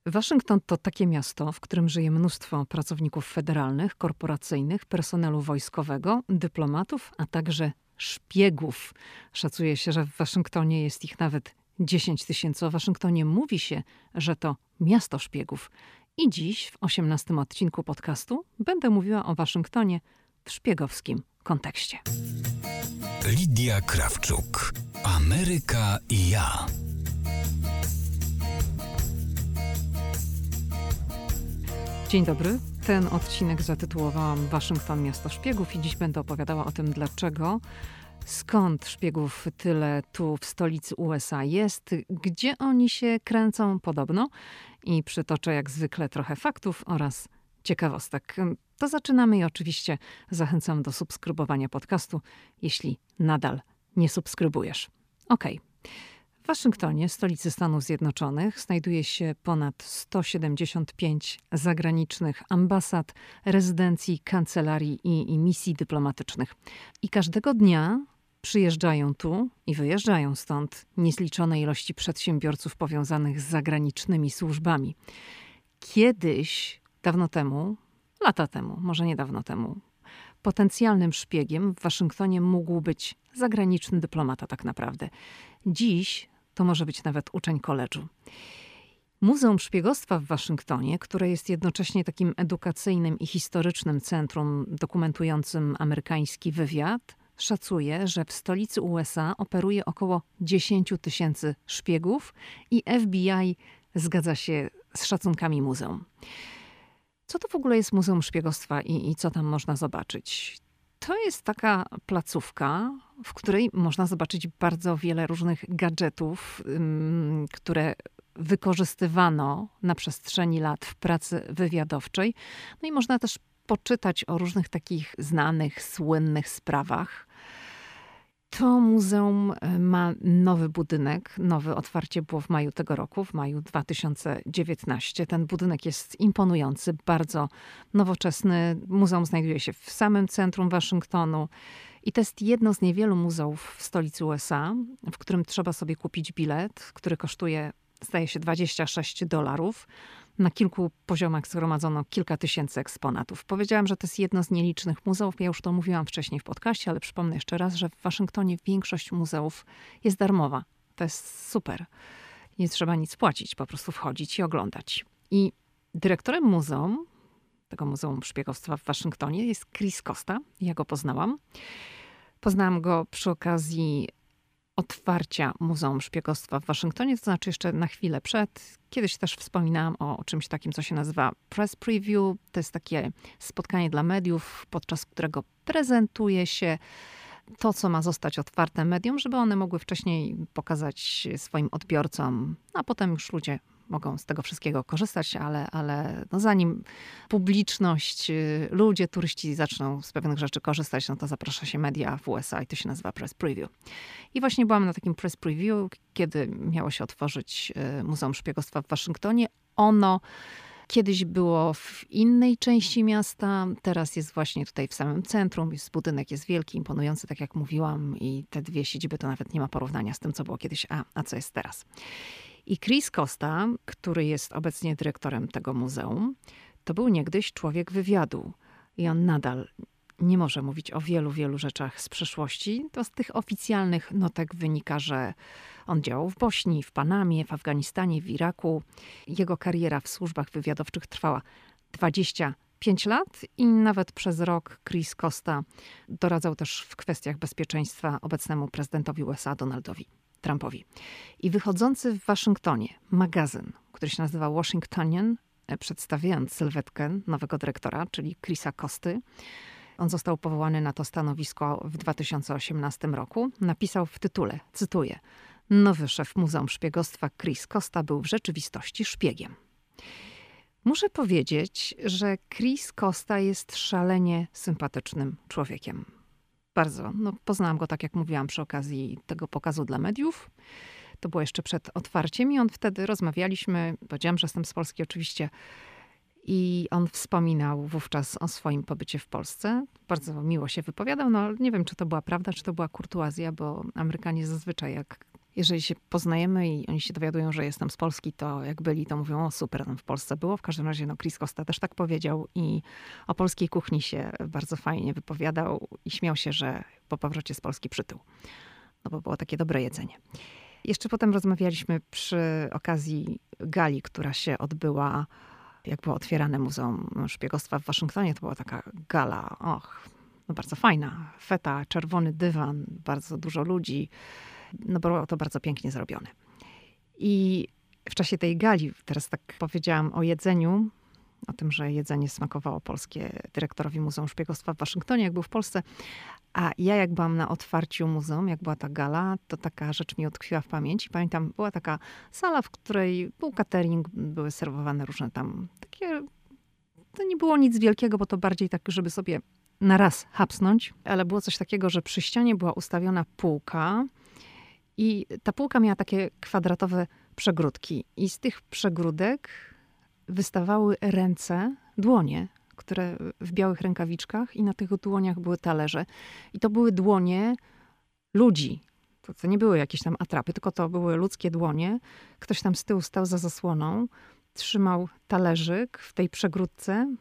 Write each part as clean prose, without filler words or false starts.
Waszyngton to takie miasto, w którym żyje mnóstwo pracowników federalnych, korporacyjnych, personelu wojskowego, dyplomatów, a także szpiegów. Szacuje się, że w Waszyngtonie jest ich nawet 10 000. O Waszyngtonie mówi się, że to miasto szpiegów. I dziś, w 18 odcinku podcastu, będę mówiła o Waszyngtonie w szpiegowskim kontekście. Lidia Krawczuk. Ameryka i ja. Dzień dobry. Ten odcinek zatytułowałam Waszyngton, miasto szpiegów i dziś będę opowiadała o tym, dlaczego, skąd szpiegów tyle tu w stolicy USA jest, gdzie oni się kręcą podobno i przytoczę jak zwykle trochę faktów oraz ciekawostek. To zaczynamy i oczywiście zachęcam do subskrybowania podcastu, jeśli nadal nie subskrybujesz. Okej. W Waszyngtonie, stolicy Stanów Zjednoczonych, znajduje się ponad 175 zagranicznych ambasad, rezydencji, kancelarii i misji dyplomatycznych. I każdego dnia przyjeżdżają tu i wyjeżdżają stąd niezliczone ilości przedsiębiorców powiązanych z zagranicznymi służbami. Kiedyś, dawno temu, lata temu, może nie dawno temu, potencjalnym szpiegiem w Waszyngtonie mógł być zagraniczny dyplomata tak naprawdę. Dziś to może być nawet uczeń koledżu. Muzeum Szpiegostwa w Waszyngtonie, które jest jednocześnie takim edukacyjnym i historycznym centrum dokumentującym amerykański wywiad, szacuje, że w stolicy USA operuje około 10 000 szpiegów i FBI zgadza się z szacunkami muzeum. Co to w ogóle jest Muzeum Szpiegostwa i co tam można zobaczyć? To jest taka placówka, w której można zobaczyć bardzo wiele różnych gadżetów, które wykorzystywano na przestrzeni lat w pracy wywiadowczej. No i można też poczytać o różnych takich znanych, słynnych sprawach. To muzeum ma nowy budynek. Nowe otwarcie było w maju tego roku, w maju 2019. Ten budynek jest imponujący, bardzo nowoczesny. Muzeum znajduje się w samym centrum Waszyngtonu. I to jest jedno z niewielu muzeów w stolicy USA, w którym trzeba sobie kupić bilet, który kosztuje, zdaje się, $26. Na kilku poziomach zgromadzono kilka tysięcy eksponatów. Powiedziałam, że to jest jedno z nielicznych muzeów. Ja już to mówiłam wcześniej w podcaście, ale przypomnę jeszcze raz, że w Waszyngtonie większość muzeów jest darmowa. To jest super. Nie trzeba nic płacić, po prostu wchodzić i oglądać. I dyrektorem muzeum, tego Muzeum Szpiegostwa w Waszyngtonie, jest Chris Costa. Ja go poznałam. Poznałam go przy okazji otwarcia Muzeum Szpiegostwa w Waszyngtonie, to znaczy jeszcze na chwilę przed. Kiedyś też wspominałam o czymś takim, co się nazywa press preview. To jest takie spotkanie dla mediów, podczas którego prezentuje się to, co ma zostać otwarte mediom, żeby one mogły wcześniej pokazać swoim odbiorcom, a potem już ludzie mogą z tego wszystkiego korzystać, ale no zanim publiczność, ludzie, turyści zaczną z pewnych rzeczy korzystać, no to zaprasza się media w USA i to się nazywa press preview. I właśnie byłam na takim press preview, kiedy miało się otworzyć Muzeum Szpiegostwa w Waszyngtonie. Ono kiedyś było w innej części miasta, teraz jest właśnie tutaj w samym centrum. Budynek jest wielki, imponujący, tak jak mówiłam, i te dwie siedziby to nawet nie ma porównania z tym, co było kiedyś, a co jest teraz. I Chris Costa, który jest obecnie dyrektorem tego muzeum, to był niegdyś człowiek wywiadu. I on nadal nie może mówić o wielu, wielu rzeczach z przeszłości. To z tych oficjalnych notek wynika, że on działał w Bośni, w Panamie, w Afganistanie, w Iraku. Jego kariera w służbach wywiadowczych trwała 25 lat i nawet przez rok Chris Costa doradzał też w kwestiach bezpieczeństwa obecnemu prezydentowi USA Donaldowi Trumpowi. I wychodzący w Waszyngtonie magazyn, który się nazywa Washingtonian, przedstawiając sylwetkę nowego dyrektora, czyli Chrisa Costy, on został powołany na to stanowisko w 2018 roku, napisał w tytule, cytuję: nowy szef Muzeum Szpiegostwa Chris Costa był w rzeczywistości szpiegiem. Muszę powiedzieć, że Chris Costa jest szalenie sympatycznym człowiekiem. Bardzo. No, poznałam go, tak jak mówiłam, przy okazji tego pokazu dla mediów. To było jeszcze przed otwarciem i on wtedy rozmawialiśmy. Powiedziałam, że jestem z Polski oczywiście. I on wspominał wówczas o swoim pobycie w Polsce. Bardzo miło się wypowiadał. No, nie wiem, czy to była prawda, czy to była kurtuazja, bo Amerykanie zazwyczaj, jak jeżeli się poznajemy i oni się dowiadują, że jestem z Polski, to jak byli, to mówią, o super, tam w Polsce było. W każdym razie Chris Costa też tak powiedział i o polskiej kuchni się bardzo fajnie wypowiadał i śmiał się, że po powrocie z Polski przytył. No bo było takie dobre jedzenie. Jeszcze potem rozmawialiśmy przy okazji gali, która się odbyła, jak było otwierane Muzeum Szpiegostwa w Waszyngtonie. To była taka gala, no bardzo fajna. Feta, czerwony dywan, bardzo dużo ludzi. No było to bardzo pięknie zrobione. I w czasie tej gali, teraz tak powiedziałam o jedzeniu, o tym, że jedzenie smakowało polskie dyrektorowi Muzeum Szpiegostwa w Waszyngtonie, jak był w Polsce. A ja jak byłam na otwarciu muzeum, jak była ta gala, to taka rzecz mi utkwiła w pamięci. Pamiętam, była taka sala, w której był catering, były serwowane różne tam takie... To nie było nic wielkiego, bo to bardziej tak, żeby sobie na raz hapsnąć. Ale było coś takiego, że przy ścianie była ustawiona półka i ta półka miała takie kwadratowe przegródki. I z tych przegródek wystawały ręce, dłonie, które w białych rękawiczkach i na tych dłoniach były talerze. I to były dłonie ludzi. To nie były jakieś tam atrapy, tylko to były ludzkie dłonie. Ktoś tam z tyłu stał za zasłoną, trzymał talerzyk w tej przegródce.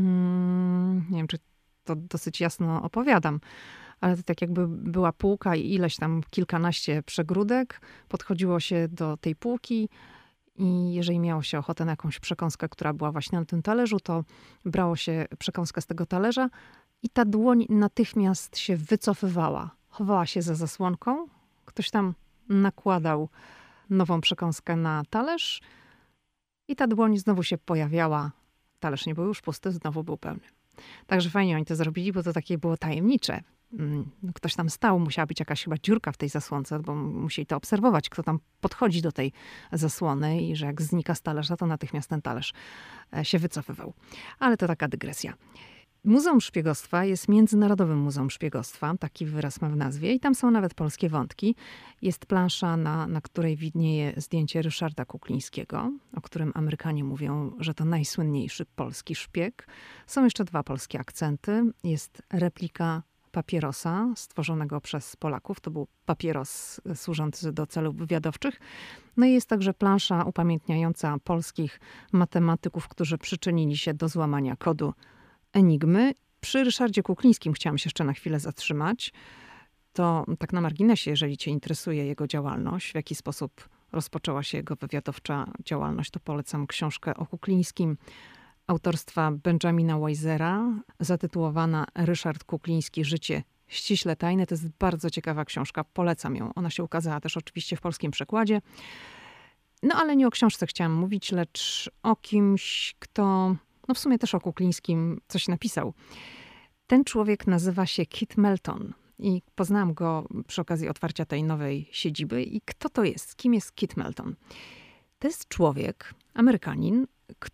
Nie wiem, czy to dosyć jasno opowiadam, ale to tak jakby była półka i ileś tam kilkanaście przegródek. Podchodziło się do tej półki i jeżeli miało się ochotę na jakąś przekąskę, która była właśnie na tym talerzu, to brało się przekąskę z tego talerza i ta dłoń natychmiast się wycofywała. Chowała się za zasłonką. Ktoś tam nakładał nową przekąskę na talerz i ta dłoń znowu się pojawiała. Talerz nie był już pusty, znowu był pełny. Także fajnie oni to zrobili, bo to takie było tajemnicze. Ktoś tam stał, musiała być jakaś chyba dziurka w tej zasłonce, bo musieli to obserwować, kto tam podchodzi do tej zasłony i że jak znika z talerza, to natychmiast ten talerz się wycofywał. Ale to taka dygresja. Muzeum Szpiegostwa jest Międzynarodowym Muzeum Szpiegostwa, taki wyraz ma w nazwie i tam są nawet polskie wątki. Jest plansza, na której widnieje zdjęcie Ryszarda Kuklińskiego, o którym Amerykanie mówią, że to najsłynniejszy polski szpieg. Są jeszcze 2 polskie akcenty. Jest replika papierosa stworzonego przez Polaków. To był papieros służący do celów wywiadowczych. No i jest także plansza upamiętniająca polskich matematyków, którzy przyczynili się do złamania kodu Enigmy. Przy Ryszardzie Kuklińskim chciałam się jeszcze na chwilę zatrzymać. To tak na marginesie, jeżeli cię interesuje jego działalność, w jaki sposób rozpoczęła się jego wywiadowcza działalność, to polecam książkę o Kuklińskim autorstwa Benjamina Weisera, zatytułowana Ryszard Kukliński, życie ściśle tajne. To jest bardzo ciekawa książka, polecam ją. Ona się ukazała też oczywiście w polskim przekładzie. No ale nie o książce chciałam mówić, lecz o kimś, kto w sumie też o Kuklińskim coś napisał. Ten człowiek nazywa się Kit Melton i poznałam go przy okazji otwarcia tej nowej siedziby. I kto to jest? Kim jest Kit Melton? To jest człowiek, Amerykanin,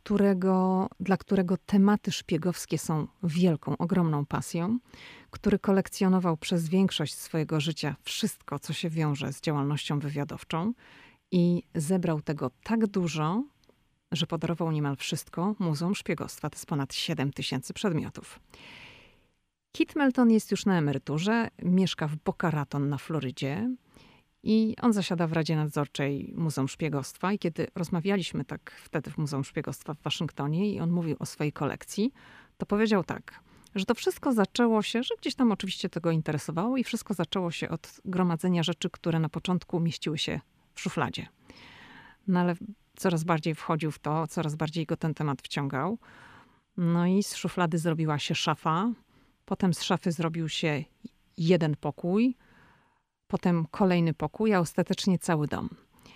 dla którego tematy szpiegowskie są wielką, ogromną pasją, który kolekcjonował przez większość swojego życia wszystko, co się wiąże z działalnością wywiadowczą i zebrał tego tak dużo, że podarował niemal wszystko Muzeum Szpiegostwa. To jest ponad 7000 przedmiotów. Kit Melton jest już na emeryturze, mieszka w Boca Raton na Florydzie i on zasiada w Radzie Nadzorczej Muzeum Szpiegostwa. I kiedy rozmawialiśmy tak wtedy w Muzeum Szpiegostwa w Waszyngtonie i on mówił o swojej kolekcji, to powiedział tak, że to wszystko zaczęło się, że gdzieś tam oczywiście tego interesowało i wszystko zaczęło się od gromadzenia rzeczy, które na początku mieściły się w szufladzie. No ale coraz bardziej wchodził w to, coraz bardziej go ten temat wciągał. No i z szuflady zrobiła się szafa, potem z szafy zrobił się jeden pokój, potem kolejny pokój, a ostatecznie cały dom.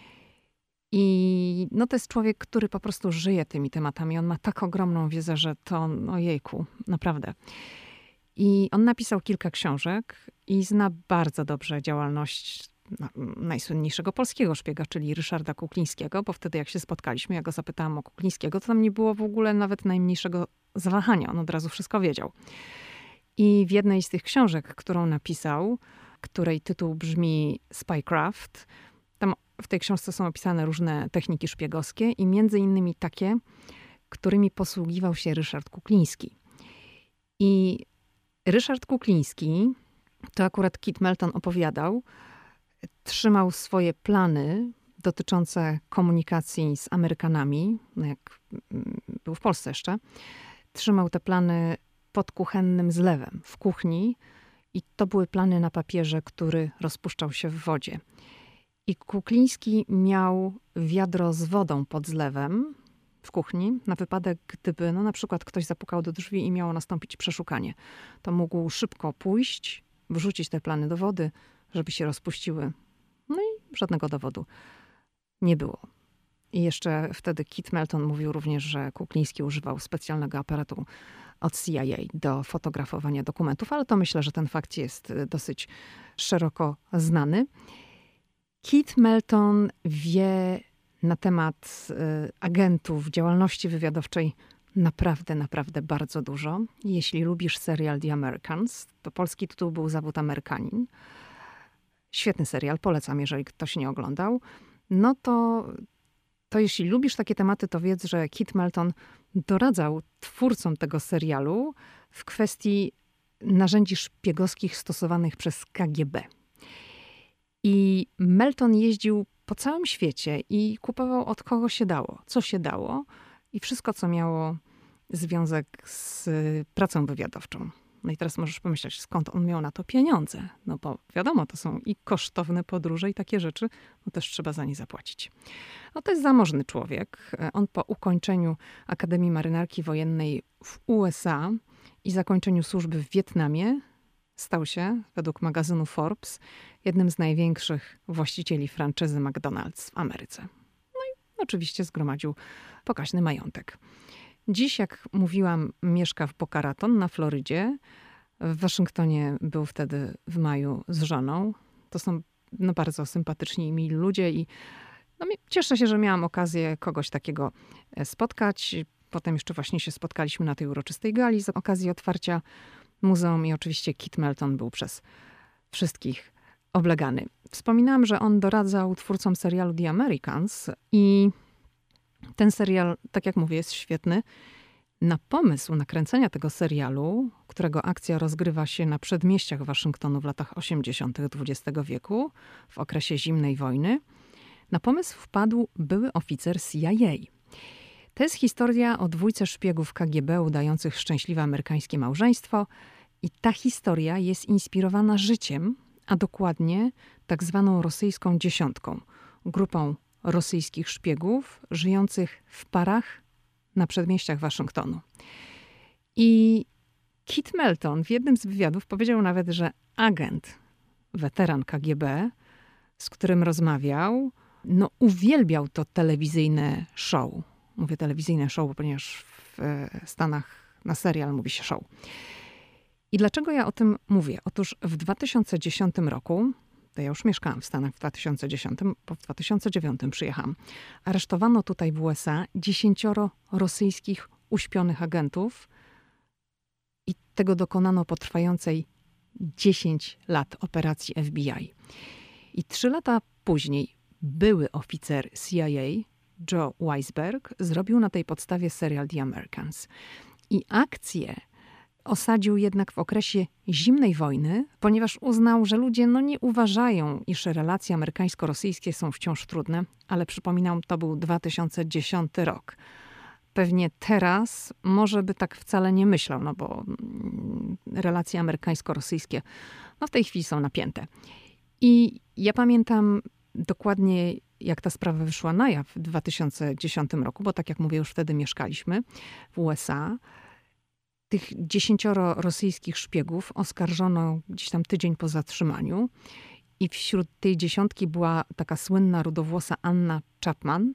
I to jest człowiek, który po prostu żyje tymi tematami. On ma tak ogromną wiedzę, że to, ojejku, naprawdę. I on napisał kilka książek i zna bardzo dobrze działalność najsłynniejszego polskiego szpiega, czyli Ryszarda Kuklińskiego, bo wtedy jak się spotkaliśmy, ja go zapytałam o Kuklińskiego, to tam nie było w ogóle nawet najmniejszego zawahania. On od razu wszystko wiedział. I w jednej z tych książek, którą napisał, której tytuł brzmi Spycraft, tam w tej książce są opisane różne techniki szpiegowskie i między innymi takie, którymi posługiwał się Ryszard Kukliński. I Ryszard Kukliński, to akurat Kit Melton opowiadał, trzymał swoje plany dotyczące komunikacji z Amerykanami, no jak był w Polsce jeszcze, trzymał te plany pod kuchennym zlewem w kuchni i to były plany na papierze, który rozpuszczał się w wodzie. I Kukliński miał wiadro z wodą pod zlewem w kuchni, na wypadek, gdyby na przykład ktoś zapukał do drzwi i miało nastąpić przeszukanie. To mógł szybko pójść, wrzucić te plany do wody, żeby się rozpuściły. No i żadnego dowodu nie było. I jeszcze wtedy Kit Melton mówił również, że Kukliński używał specjalnego aparatu od CIA do fotografowania dokumentów, ale to myślę, że ten fakt jest dosyć szeroko znany. Kit Melton wie na temat agentów, działalności wywiadowczej naprawdę bardzo dużo. Jeśli lubisz serial The Americans, to polski tytuł był Zawód Amerykanin. Świetny serial, polecam, jeżeli ktoś nie oglądał. No to jeśli lubisz takie tematy, to wiedz, że Kit Melton doradzał twórcom tego serialu w kwestii narzędzi szpiegowskich stosowanych przez KGB. I Melton jeździł po całym świecie i kupował od kogo się dało, co się dało i wszystko, co miało związek z pracą wywiadowczą. No i teraz możesz pomyśleć, skąd on miał na to pieniądze? No bo wiadomo, to są i kosztowne podróże i takie rzeczy, no też trzeba za nie zapłacić. No to jest zamożny człowiek. On po ukończeniu Akademii Marynarki Wojennej w USA i zakończeniu służby w Wietnamie stał się, według magazynu Forbes, jednym z największych właścicieli franczyzy McDonald's w Ameryce. No i oczywiście zgromadził pokaźny majątek. Dziś, jak mówiłam, mieszka w Boca Raton na Florydzie. W Waszyngtonie był wtedy w maju z żoną. To są bardzo sympatyczni i mili ludzie i cieszę się, że miałam okazję kogoś takiego spotkać. Potem jeszcze właśnie się spotkaliśmy na tej uroczystej gali z okazji otwarcia muzeum i oczywiście Kit Melton był przez wszystkich oblegany. Wspominałam, że on doradzał twórcom serialu The Americans i ten serial, tak jak mówię, jest świetny. Na pomysł nakręcenia tego serialu, którego akcja rozgrywa się na przedmieściach Waszyngtonu w latach 80. XX wieku, w okresie zimnej wojny, na pomysł wpadł były oficer CIA. To jest historia o dwójce szpiegów KGB udających szczęśliwe amerykańskie małżeństwo i ta historia jest inspirowana życiem, a dokładnie tak zwaną rosyjską dziesiątką, grupą rosyjskich szpiegów żyjących w parach na przedmieściach Waszyngtonu. I Kit Melton w jednym z wywiadów powiedział nawet, że agent, weteran KGB, z którym rozmawiał, uwielbiał to telewizyjne show. Mówię telewizyjne show, ponieważ w Stanach na serial mówi się show. I dlaczego ja o tym mówię? Otóż w 2010 roku, to ja już mieszkałam w Stanach w 2010, bo w 2009 przyjechałam, aresztowano tutaj w USA 10 rosyjskich uśpionych agentów i tego dokonano po trwającej 10 lat operacji FBI. I 3 lata później były oficer CIA, Joe Weisberg, zrobił na tej podstawie serial The Americans. I akcję osadził jednak w okresie zimnej wojny, ponieważ uznał, że ludzie nie uważają, iż relacje amerykańsko-rosyjskie są wciąż trudne, ale przypominam, to był 2010 rok. Pewnie teraz może by tak wcale nie myślał, bo relacje amerykańsko-rosyjskie w tej chwili są napięte. I ja pamiętam dokładnie, jak ta sprawa wyszła na jaw w 2010 roku, bo tak jak mówię, już wtedy mieszkaliśmy w USA. Tych 10 rosyjskich szpiegów oskarżono gdzieś tam tydzień po zatrzymaniu i wśród tej 10 była taka słynna rudowłosa Anna Chapman.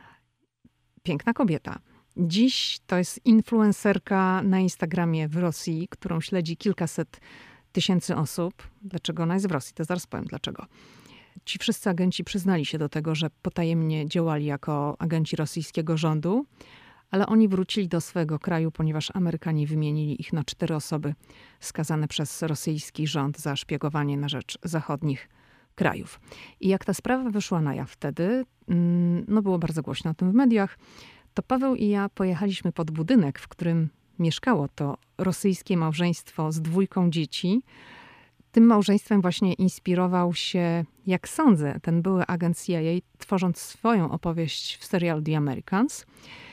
Piękna kobieta. Dziś to jest influencerka na Instagramie w Rosji, którą śledzi kilkaset tysięcy osób. Dlaczego ona jest w Rosji? To zaraz powiem dlaczego. Ci wszyscy agenci przyznali się do tego, że potajemnie działali jako agenci rosyjskiego rządu, ale oni wrócili do swojego kraju, ponieważ Amerykanie wymienili ich na 4 osoby skazane przez rosyjski rząd za szpiegowanie na rzecz zachodnich krajów. I jak ta sprawa wyszła na jaw wtedy, było bardzo głośno o tym w mediach, to Paweł i ja pojechaliśmy pod budynek, w którym mieszkało to rosyjskie małżeństwo z 2 dzieci. Tym małżeństwem właśnie inspirował się, jak sądzę, ten były agent CIA, tworząc swoją opowieść w serialu The Americans.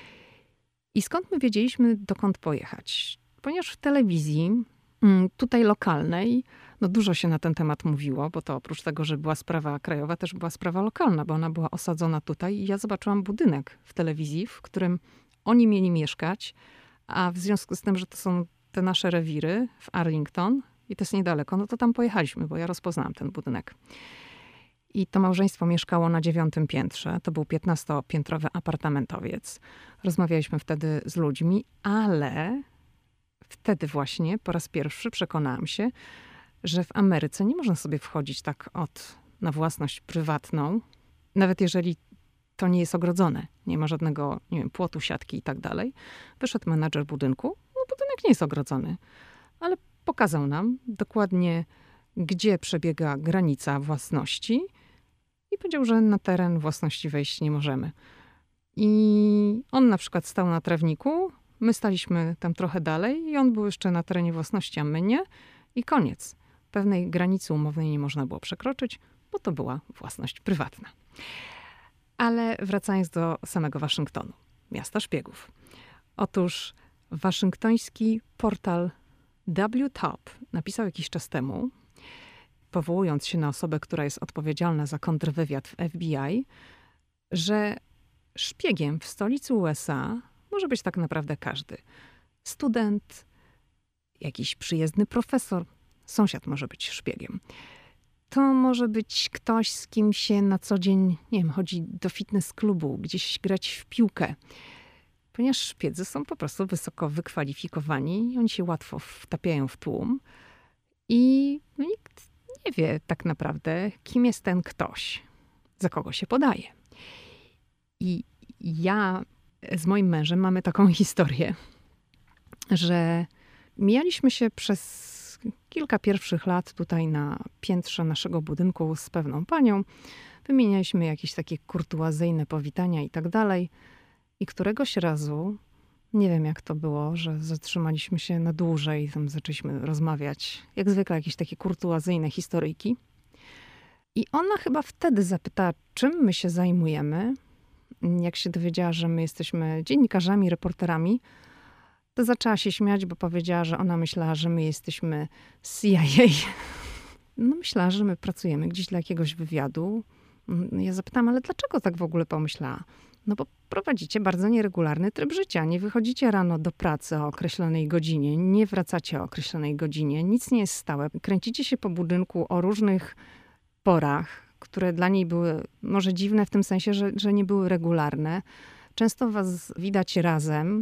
I skąd my wiedzieliśmy, dokąd pojechać? Ponieważ w telewizji, tutaj lokalnej, no dużo się na ten temat mówiło, bo to oprócz tego, że była sprawa krajowa, też była sprawa lokalna, bo ona była osadzona tutaj i ja zobaczyłam budynek w telewizji, w którym oni mieli mieszkać, a w związku z tym, że to są te nasze rewiry w Arlington i to jest niedaleko, no to tam pojechaliśmy, bo ja rozpoznałam ten budynek. I to małżeństwo mieszkało na 9. piętrze. To był 15-piętrowy apartamentowiec. Rozmawialiśmy wtedy z ludźmi, ale wtedy właśnie po raz pierwszy przekonałam się, że w Ameryce nie można sobie wchodzić tak na własność prywatną, nawet jeżeli to nie jest ogrodzone. Nie ma żadnego, nie wiem, płotu, siatki i tak dalej. Wyszedł menadżer budynku. No budynek nie jest ogrodzony, ale pokazał nam dokładnie, gdzie przebiega granica własności i powiedział, że na teren własności wejść nie możemy. I on na przykład stał na trawniku, my staliśmy tam trochę dalej i on był jeszcze na terenie własności, a my nie. I koniec. Pewnej granicy umownej nie można było przekroczyć, bo to była własność prywatna. Ale wracając do samego Waszyngtonu, miasta szpiegów. Otóż waszyngtoński portal WTOP napisał jakiś czas temu, powołując się na osobę, która jest odpowiedzialna za kontrwywiad w FBI, że szpiegiem w stolicy USA może być tak naprawdę każdy. Student, jakiś przyjezdny profesor, sąsiad może być szpiegiem. To może być ktoś, z kim się na co dzień, nie wiem, chodzi do fitness klubu, gdzieś grać w piłkę. Ponieważ szpiedzy są po prostu wysoko wykwalifikowani, oni się łatwo wtapiają w tłum i nikt nie wie tak naprawdę, kim jest ten ktoś, za kogo się podaje. I ja z moim mężem mamy taką historię, że mijaliśmy się przez kilka pierwszych lat tutaj na piętrze naszego budynku z pewną panią. Wymienialiśmy jakieś takie kurtuazyjne powitania i tak dalej. I któregoś razu, nie wiem jak to było, że zatrzymaliśmy się na dłużej i tam zaczęliśmy rozmawiać. Jak zwykle jakieś takie kurtuazyjne historyjki. I ona chyba wtedy zapytała, czym my się zajmujemy. Jak się dowiedziała, że my jesteśmy dziennikarzami, reporterami, to zaczęła się śmiać, bo powiedziała, że ona myślała, że my jesteśmy z CIA. No myślała, że my pracujemy gdzieś dla jakiegoś wywiadu. Ja zapytałam, ale dlaczego tak w ogóle pomyślała? No bo prowadzicie bardzo nieregularny tryb życia. Nie wychodzicie rano do pracy o określonej godzinie, nie wracacie o określonej godzinie, nic nie jest stałe. Kręcicie się po budynku o różnych porach, które dla niej były może dziwne w tym sensie, że nie były regularne. Często was widać razem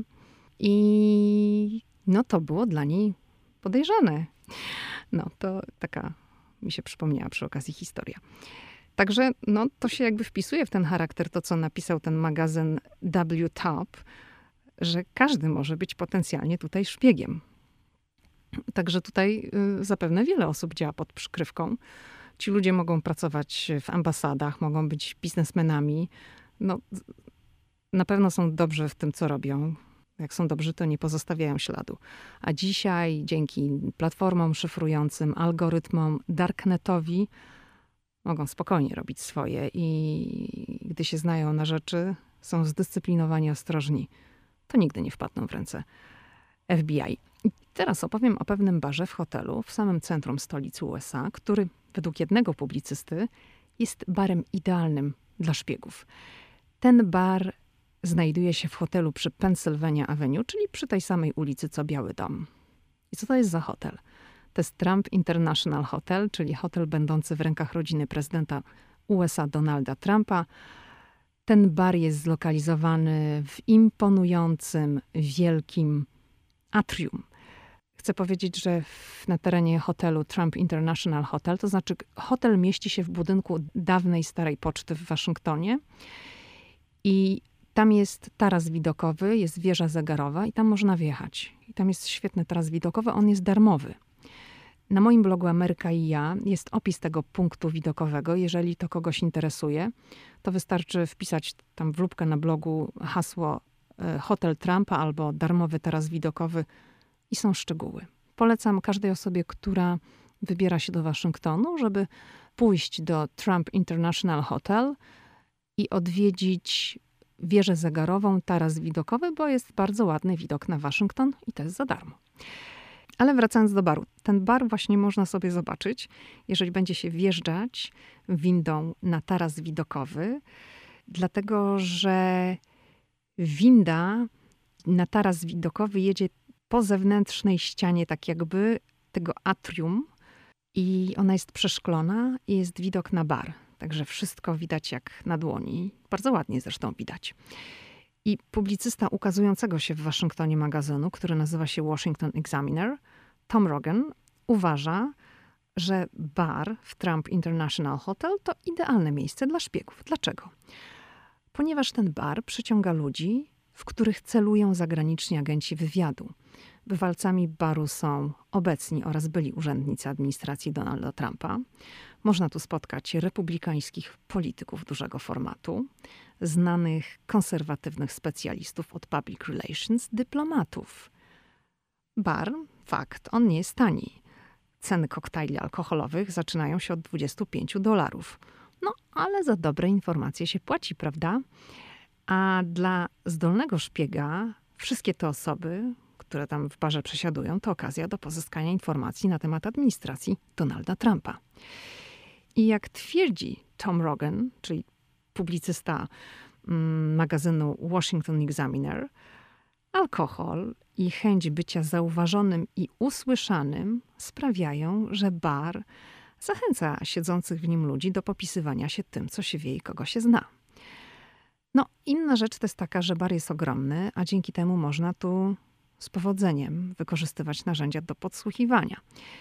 i no to było dla niej podejrzane. No to taka mi się przypomniała przy okazji historia. Także no, to się jakby wpisuje w ten charakter, to co napisał ten magazyn WTOP, że każdy może być potencjalnie tutaj szpiegiem. Także tutaj zapewne wiele osób działa pod przykrywką. Ci ludzie mogą pracować w ambasadach, mogą być biznesmenami. No, na pewno są dobrzy w tym, co robią. Jak są dobrzy, to nie pozostawiają śladu. A dzisiaj dzięki platformom szyfrującym, algorytmom, darknetowi mogą spokojnie robić swoje i gdy się znają na rzeczy, są zdyscyplinowani, ostrożni, to nigdy nie wpadną w ręce FBI. I teraz opowiem o pewnym barze w hotelu w samym centrum stolicy USA, który według jednego publicysty jest barem idealnym dla szpiegów. Ten bar znajduje się w hotelu przy Pennsylvania Avenue, czyli przy tej samej ulicy co Biały Dom. I co to jest za hotel? To jest Trump International Hotel, czyli hotel będący w rękach rodziny prezydenta USA Donalda Trumpa. Ten bar jest zlokalizowany w imponującym, wielkim atrium. Chcę powiedzieć, że na terenie hotelu Trump International Hotel, to znaczy hotel mieści się w budynku dawnej starej poczty w Waszyngtonie i tam jest taras widokowy, jest wieża zegarowa i tam można wjechać. I tam jest świetny taras widokowy, on jest darmowy. Na moim blogu Ameryka i ja jest opis tego punktu widokowego. Jeżeli to kogoś interesuje, to wystarczy wpisać tam w lupkę na blogu hasło Hotel Trumpa albo darmowy taras widokowy i są szczegóły. Polecam każdej osobie, która wybiera się do Waszyngtonu, żeby pójść do Trump International Hotel i odwiedzić wieżę zegarową, taras widokowy, bo jest bardzo ładny widok na Waszyngton i to jest za darmo. Ale wracając do baru. Ten bar właśnie można sobie zobaczyć, jeżeli będzie się wjeżdżać windą na taras widokowy, dlatego że winda na taras widokowy jedzie po zewnętrznej ścianie, tak jakby tego atrium, i ona jest przeszklona i jest widok na bar. Także wszystko widać jak na dłoni. Bardzo ładnie zresztą widać. I publicysta ukazującego się w Waszyngtonie magazynu, który nazywa się Washington Examiner, Tom Rogan, uważa, że bar w Trump International Hotel to idealne miejsce dla szpiegów. Dlaczego? Ponieważ ten bar przyciąga ludzi, w których celują zagraniczni agenci wywiadu. Bywalcami baru są obecni oraz byli urzędnicy administracji Donalda Trumpa. Można tu spotkać republikańskich polityków dużego formatu, znanych konserwatywnych specjalistów od public relations, dyplomatów. Bar, fakt, on nie jest tani. Ceny koktajli alkoholowych zaczynają się od $25. No, ale za dobre informacje się płaci, prawda? A dla zdolnego szpiega wszystkie te osoby, które tam w barze przesiadują, to okazja do pozyskania informacji na temat administracji Donalda Trumpa. I jak twierdzi Tom Rogan, czyli publicysta magazynu Washington Examiner, alkohol i chęć bycia zauważonym i usłyszanym sprawiają, że bar zachęca siedzących w nim ludzi do popisywania się tym, co się wie i kogo się zna. No, inna rzecz to jest taka, że bar jest ogromny, a dzięki temu można tu z powodzeniem wykorzystywać narzędzia do podsłuchiwania.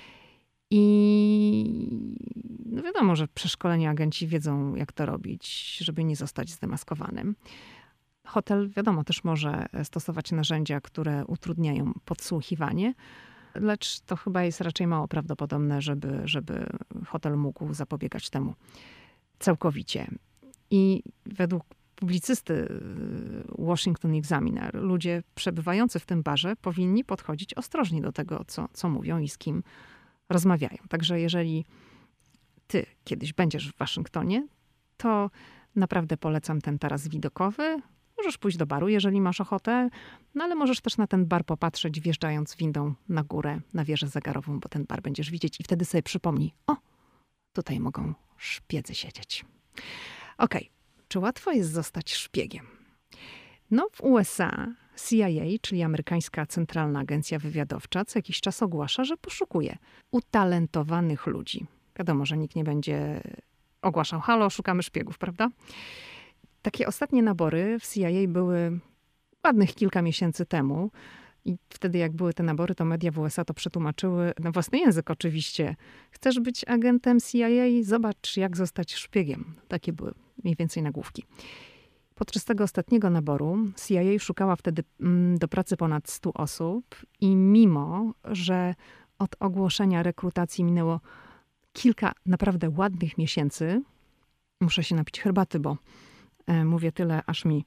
I no wiadomo, że przeszkoleni agenci wiedzą, jak to robić, żeby nie zostać zdemaskowanym. Hotel, wiadomo, też może stosować narzędzia, które utrudniają podsłuchiwanie, lecz to chyba jest raczej mało prawdopodobne, żeby hotel mógł zapobiegać temu całkowicie. I według publicysty Washington Examiner, ludzie przebywający w tym barze powinni podchodzić ostrożnie do tego, co mówią i z kim rozmawiają. Także jeżeli ty kiedyś będziesz w Waszyngtonie, to naprawdę polecam ten taras widokowy. Możesz pójść do baru, jeżeli masz ochotę, no ale możesz też na ten bar popatrzeć, wjeżdżając windą na górę, na wieżę zegarową, bo ten bar będziesz widzieć i wtedy sobie przypomnij, o, tutaj mogą szpiedzy siedzieć. Okej, czy łatwo jest zostać szpiegiem? No w USA CIA, czyli amerykańska Centralna Agencja Wywiadowcza, co jakiś czas ogłasza, że poszukuje utalentowanych ludzi. Wiadomo, że nikt nie będzie ogłaszał, halo, szukamy szpiegów, prawda? Takie ostatnie nabory w CIA były ładnych kilka miesięcy temu. I wtedy jak były te nabory, to media w USA to przetłumaczyły na własny język oczywiście. Chcesz być agentem CIA? Zobacz, jak zostać szpiegiem. Takie były mniej więcej nagłówki. Podczas tego ostatniego naboru CIA szukała wtedy do pracy ponad 100 osób i mimo, że od ogłoszenia rekrutacji minęło kilka naprawdę ładnych miesięcy, muszę się napić herbaty, bo mówię tyle, aż mi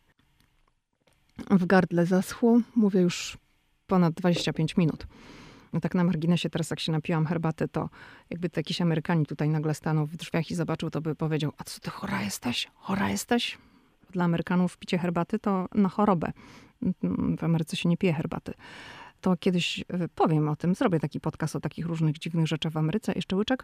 w gardle zaschło. Mówię już ponad 25 minut. No tak na marginesie teraz jak się napiłam herbaty, to jakby to jakiś Amerykanin tutaj nagle stanął w drzwiach i zobaczył, to by powiedział, a co ty chora jesteś? Chora jesteś? Dla Amerykanów picie herbaty to na chorobę. W Ameryce się nie pije herbaty. To kiedyś powiem o tym, zrobię taki podcast o takich różnych dziwnych rzeczach w Ameryce. Jeszcze łyczek?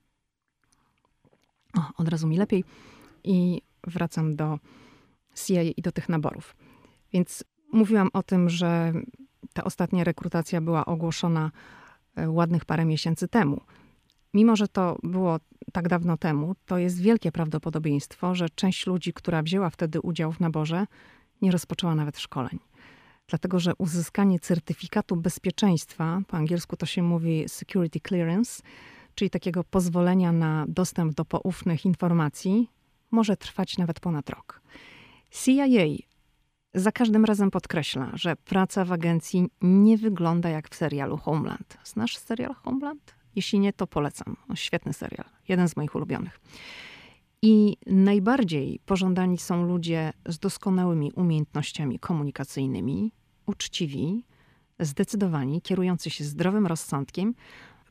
O, od razu mi lepiej. I wracam do CIA i do tych naborów. Więc mówiłam o tym, że ta ostatnia rekrutacja była ogłoszona ładnych parę miesięcy temu. Mimo że to było tak dawno temu, to jest wielkie prawdopodobieństwo, że część ludzi, która wzięła wtedy udział w naborze, nie rozpoczęła nawet szkoleń. Dlatego, że uzyskanie certyfikatu bezpieczeństwa, po angielsku to się mówi security clearance, czyli takiego pozwolenia na dostęp do poufnych informacji, może trwać nawet ponad rok. CIA za każdym razem podkreśla, że praca w agencji nie wygląda jak w serialu Homeland. Znasz serial Homeland? Jeśli nie, to polecam. Świetny serial. Jeden z moich ulubionych. I najbardziej pożądani są ludzie z doskonałymi umiejętnościami komunikacyjnymi, uczciwi, zdecydowani, kierujący się zdrowym rozsądkiem,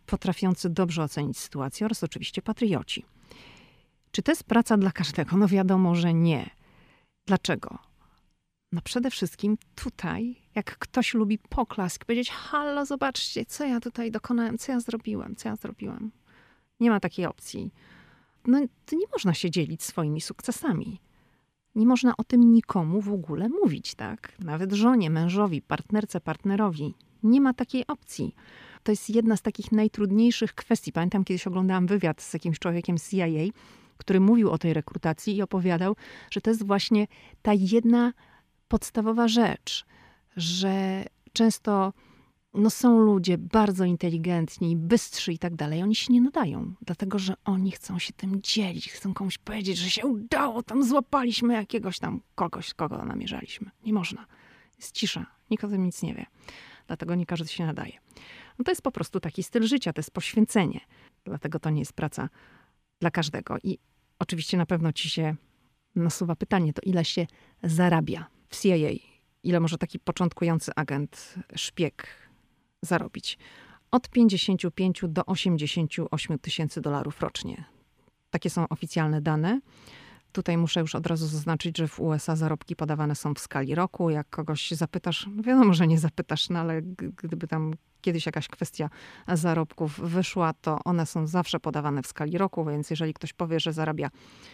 potrafiący dobrze ocenić sytuację oraz oczywiście patrioci. Czy to jest praca dla każdego? No wiadomo, że nie. Dlaczego? No przede wszystkim tutaj, jak ktoś lubi poklask, powiedzieć: halo, zobaczcie, co ja tutaj dokonałem, co ja zrobiłem. Nie ma takiej opcji. No to nie można się dzielić swoimi sukcesami. Nie można o tym nikomu w ogóle mówić, tak? Nawet żonie, mężowi, partnerce, partnerowi. Nie ma takiej opcji. To jest jedna z takich najtrudniejszych kwestii. Pamiętam, kiedyś oglądałam wywiad z jakimś człowiekiem z CIA, który mówił o tej rekrutacji i opowiadał, że to jest właśnie ta jedna podstawowa rzecz, że często są ludzie bardzo inteligentni, bystrzy i tak dalej. Oni się nie nadają, dlatego że oni chcą się tym dzielić. Chcą komuś powiedzieć, że się udało, tam złapaliśmy jakiegoś tam kogoś, kogo namierzaliśmy. Nie można. Jest cisza. Nikt o tym nic nie wie. Dlatego nie każdy się nadaje. No to jest po prostu taki styl życia, to jest poświęcenie. Dlatego to nie jest praca dla każdego. I oczywiście na pewno ci się nasuwa pytanie, to ile się zarabia w CIA? Ile może taki początkujący agent, szpieg zarobić? Od 55 do 88 tysięcy dolarów rocznie. Takie są oficjalne dane. Tutaj muszę już od razu zaznaczyć, że w USA zarobki podawane są w skali roku. Jak kogoś zapytasz, no wiadomo, że nie zapytasz, no ale gdyby tam kiedyś jakaś kwestia zarobków wyszła, to one są zawsze podawane w skali roku, więc jeżeli ktoś powie, że zarabia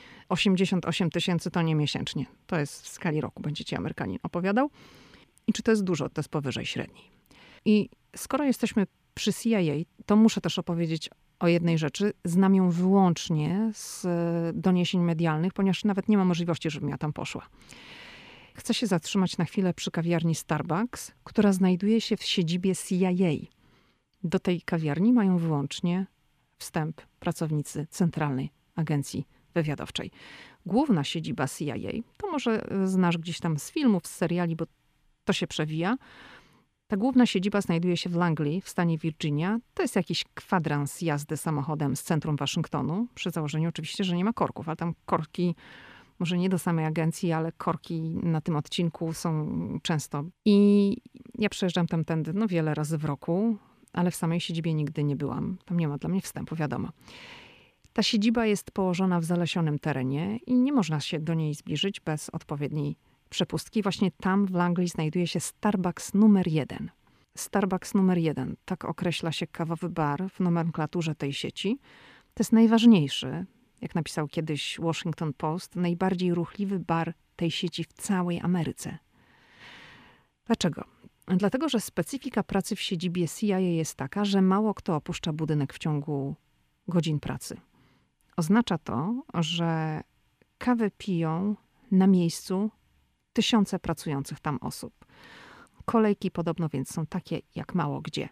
88 tysięcy, to nie miesięcznie. To jest w skali roku, będzie ci Amerykanin opowiadał. I czy to jest dużo? To jest powyżej średniej. I skoro jesteśmy przy CIA, to muszę też opowiedzieć o jednej rzeczy. Znam ją wyłącznie z doniesień medialnych, ponieważ nawet nie ma możliwości, żebym ja tam poszła. Chcę się zatrzymać na chwilę przy kawiarni Starbucks, która znajduje się w siedzibie CIA. Do tej kawiarni mają wyłącznie wstęp pracownicy Centralnej Agencji Wywiadowczej. Główna siedziba CIA, to może znasz gdzieś tam z filmów, z seriali, bo to się przewija. Ta główna siedziba znajduje się w Langley w stanie Virginia. To jest jakiś kwadrans jazdy samochodem z centrum Waszyngtonu. Przy założeniu oczywiście, że nie ma korków, ale tam korki, może nie do samej agencji, ale korki na tym odcinku są często. I ja przejeżdżam tamtędy wiele razy w roku, ale w samej siedzibie nigdy nie byłam. Tam nie ma dla mnie wstępu, wiadomo. Ta siedziba jest położona w zalesionym terenie i nie można się do niej zbliżyć bez odpowiedniej przepustki. Właśnie tam w Langley znajduje się Starbucks numer 1. Starbucks numer 1, tak określa się kawowy bar w nomenklaturze tej sieci. To jest najważniejszy, jak napisał kiedyś Washington Post, najbardziej ruchliwy bar tej sieci w całej Ameryce. Dlaczego? Dlatego, że specyfika pracy w siedzibie CIA jest taka, że mało kto opuszcza budynek w ciągu godzin pracy. Oznacza to, że kawę piją na miejscu tysiące pracujących tam osób. Kolejki podobno więc są takie jak mało gdzie.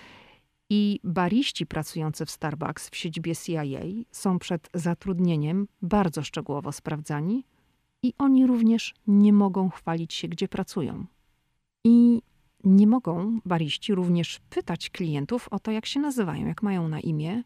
I bariści pracujący w Starbucks w siedzibie CIA są przed zatrudnieniem bardzo szczegółowo sprawdzani i oni również nie mogą chwalić się, gdzie pracują. I nie mogą bariści również pytać klientów o to, jak się nazywają, jak mają na imię.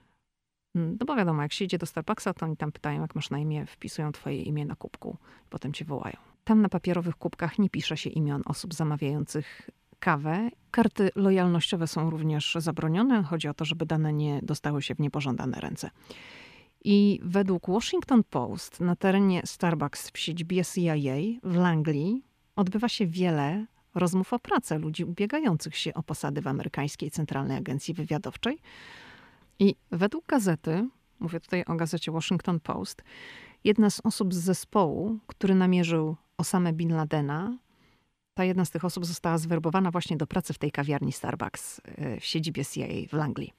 No bo wiadomo, jak się idzie do Starbucksa, to oni tam pytają, jak masz na imię, wpisują twoje imię na kubku, potem cię wołają. Tam na papierowych kubkach nie pisze się imion osób zamawiających kawę. Karty lojalnościowe są również zabronione. Chodzi o to, żeby dane nie dostały się w niepożądane ręce. I według Washington Post na terenie Starbucks w siedzibie CIA w Langley odbywa się wiele rozmów o pracę ludzi ubiegających się o posady w amerykańskiej Centralnej Agencji Wywiadowczej. I według gazety, mówię tutaj o gazecie Washington Post, jedna z osób z zespołu, który namierzył Osamę Bin Ladena, ta jedna z tych osób została zwerbowana właśnie do pracy w tej kawiarni Starbucks w siedzibie CIA w Langley.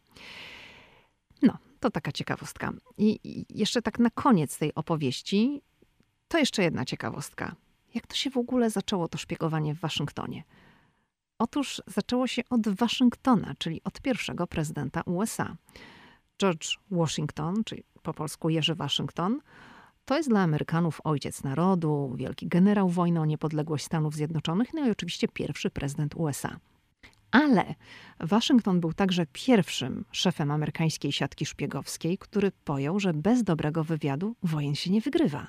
No, to taka ciekawostka. I jeszcze tak na koniec tej opowieści, to jeszcze jedna ciekawostka. Jak to się w ogóle zaczęło, to szpiegowanie w Waszyngtonie? Otóż zaczęło się od Waszyngtona, czyli od pierwszego prezydenta USA. George Washington, czyli po polsku Jerzy Waszyngton, to jest dla Amerykanów ojciec narodu, wielki generał wojny o niepodległość Stanów Zjednoczonych, no i oczywiście pierwszy prezydent USA. Ale Waszyngton był także pierwszym szefem amerykańskiej siatki szpiegowskiej, który pojął, że bez dobrego wywiadu wojen się nie wygrywa.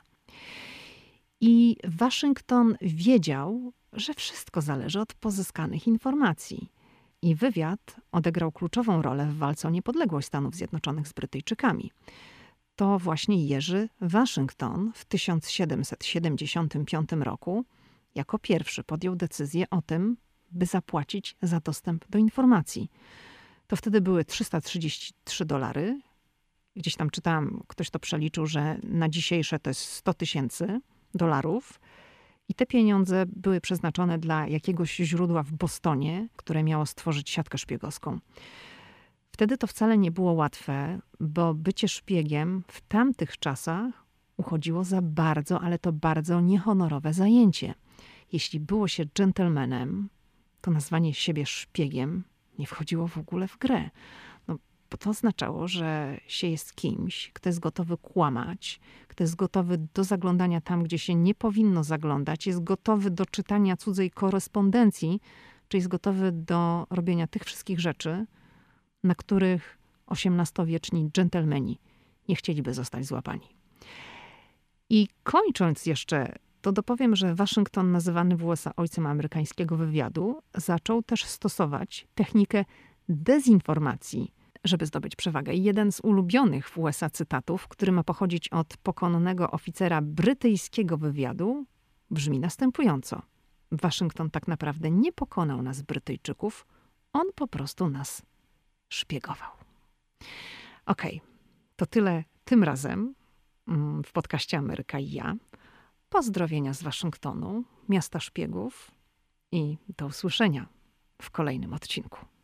I Waszyngton wiedział, że wszystko zależy od pozyskanych informacji. I wywiad odegrał kluczową rolę w walce o niepodległość Stanów Zjednoczonych z Brytyjczykami. To właśnie Jerzy Waszyngton w 1775 roku jako pierwszy podjął decyzję o tym, by zapłacić za dostęp do informacji. To wtedy były $333. Gdzieś tam czytałam, ktoś to przeliczył, że na dzisiejsze to jest $100,000. I te pieniądze były przeznaczone dla jakiegoś źródła w Bostonie, które miało stworzyć siatkę szpiegowską. Wtedy to wcale nie było łatwe, bo bycie szpiegiem w tamtych czasach uchodziło za bardzo, ale to bardzo niehonorowe zajęcie. Jeśli było się dżentelmenem, to nazwanie siebie szpiegiem nie wchodziło w ogóle w grę. Bo to oznaczało, że się jest kimś, kto jest gotowy kłamać, kto jest gotowy do zaglądania tam, gdzie się nie powinno zaglądać, jest gotowy do czytania cudzej korespondencji, czy jest gotowy do robienia tych wszystkich rzeczy, na których XVIII-wieczni dżentelmeni nie chcieliby zostać złapani. I kończąc jeszcze, to dopowiem, że Waszyngton, nazywany w USA ojcem amerykańskiego wywiadu, zaczął też stosować technikę dezinformacji, żeby zdobyć przewagę. I jeden z ulubionych w USA cytatów, który ma pochodzić od pokonanego oficera brytyjskiego wywiadu, brzmi następująco. Waszyngton tak naprawdę nie pokonał nas, Brytyjczyków, on po prostu nas szpiegował. Okej, to tyle tym razem w podcaście Ameryka i ja. Pozdrowienia z Waszyngtonu, miasta szpiegów i do usłyszenia w kolejnym odcinku.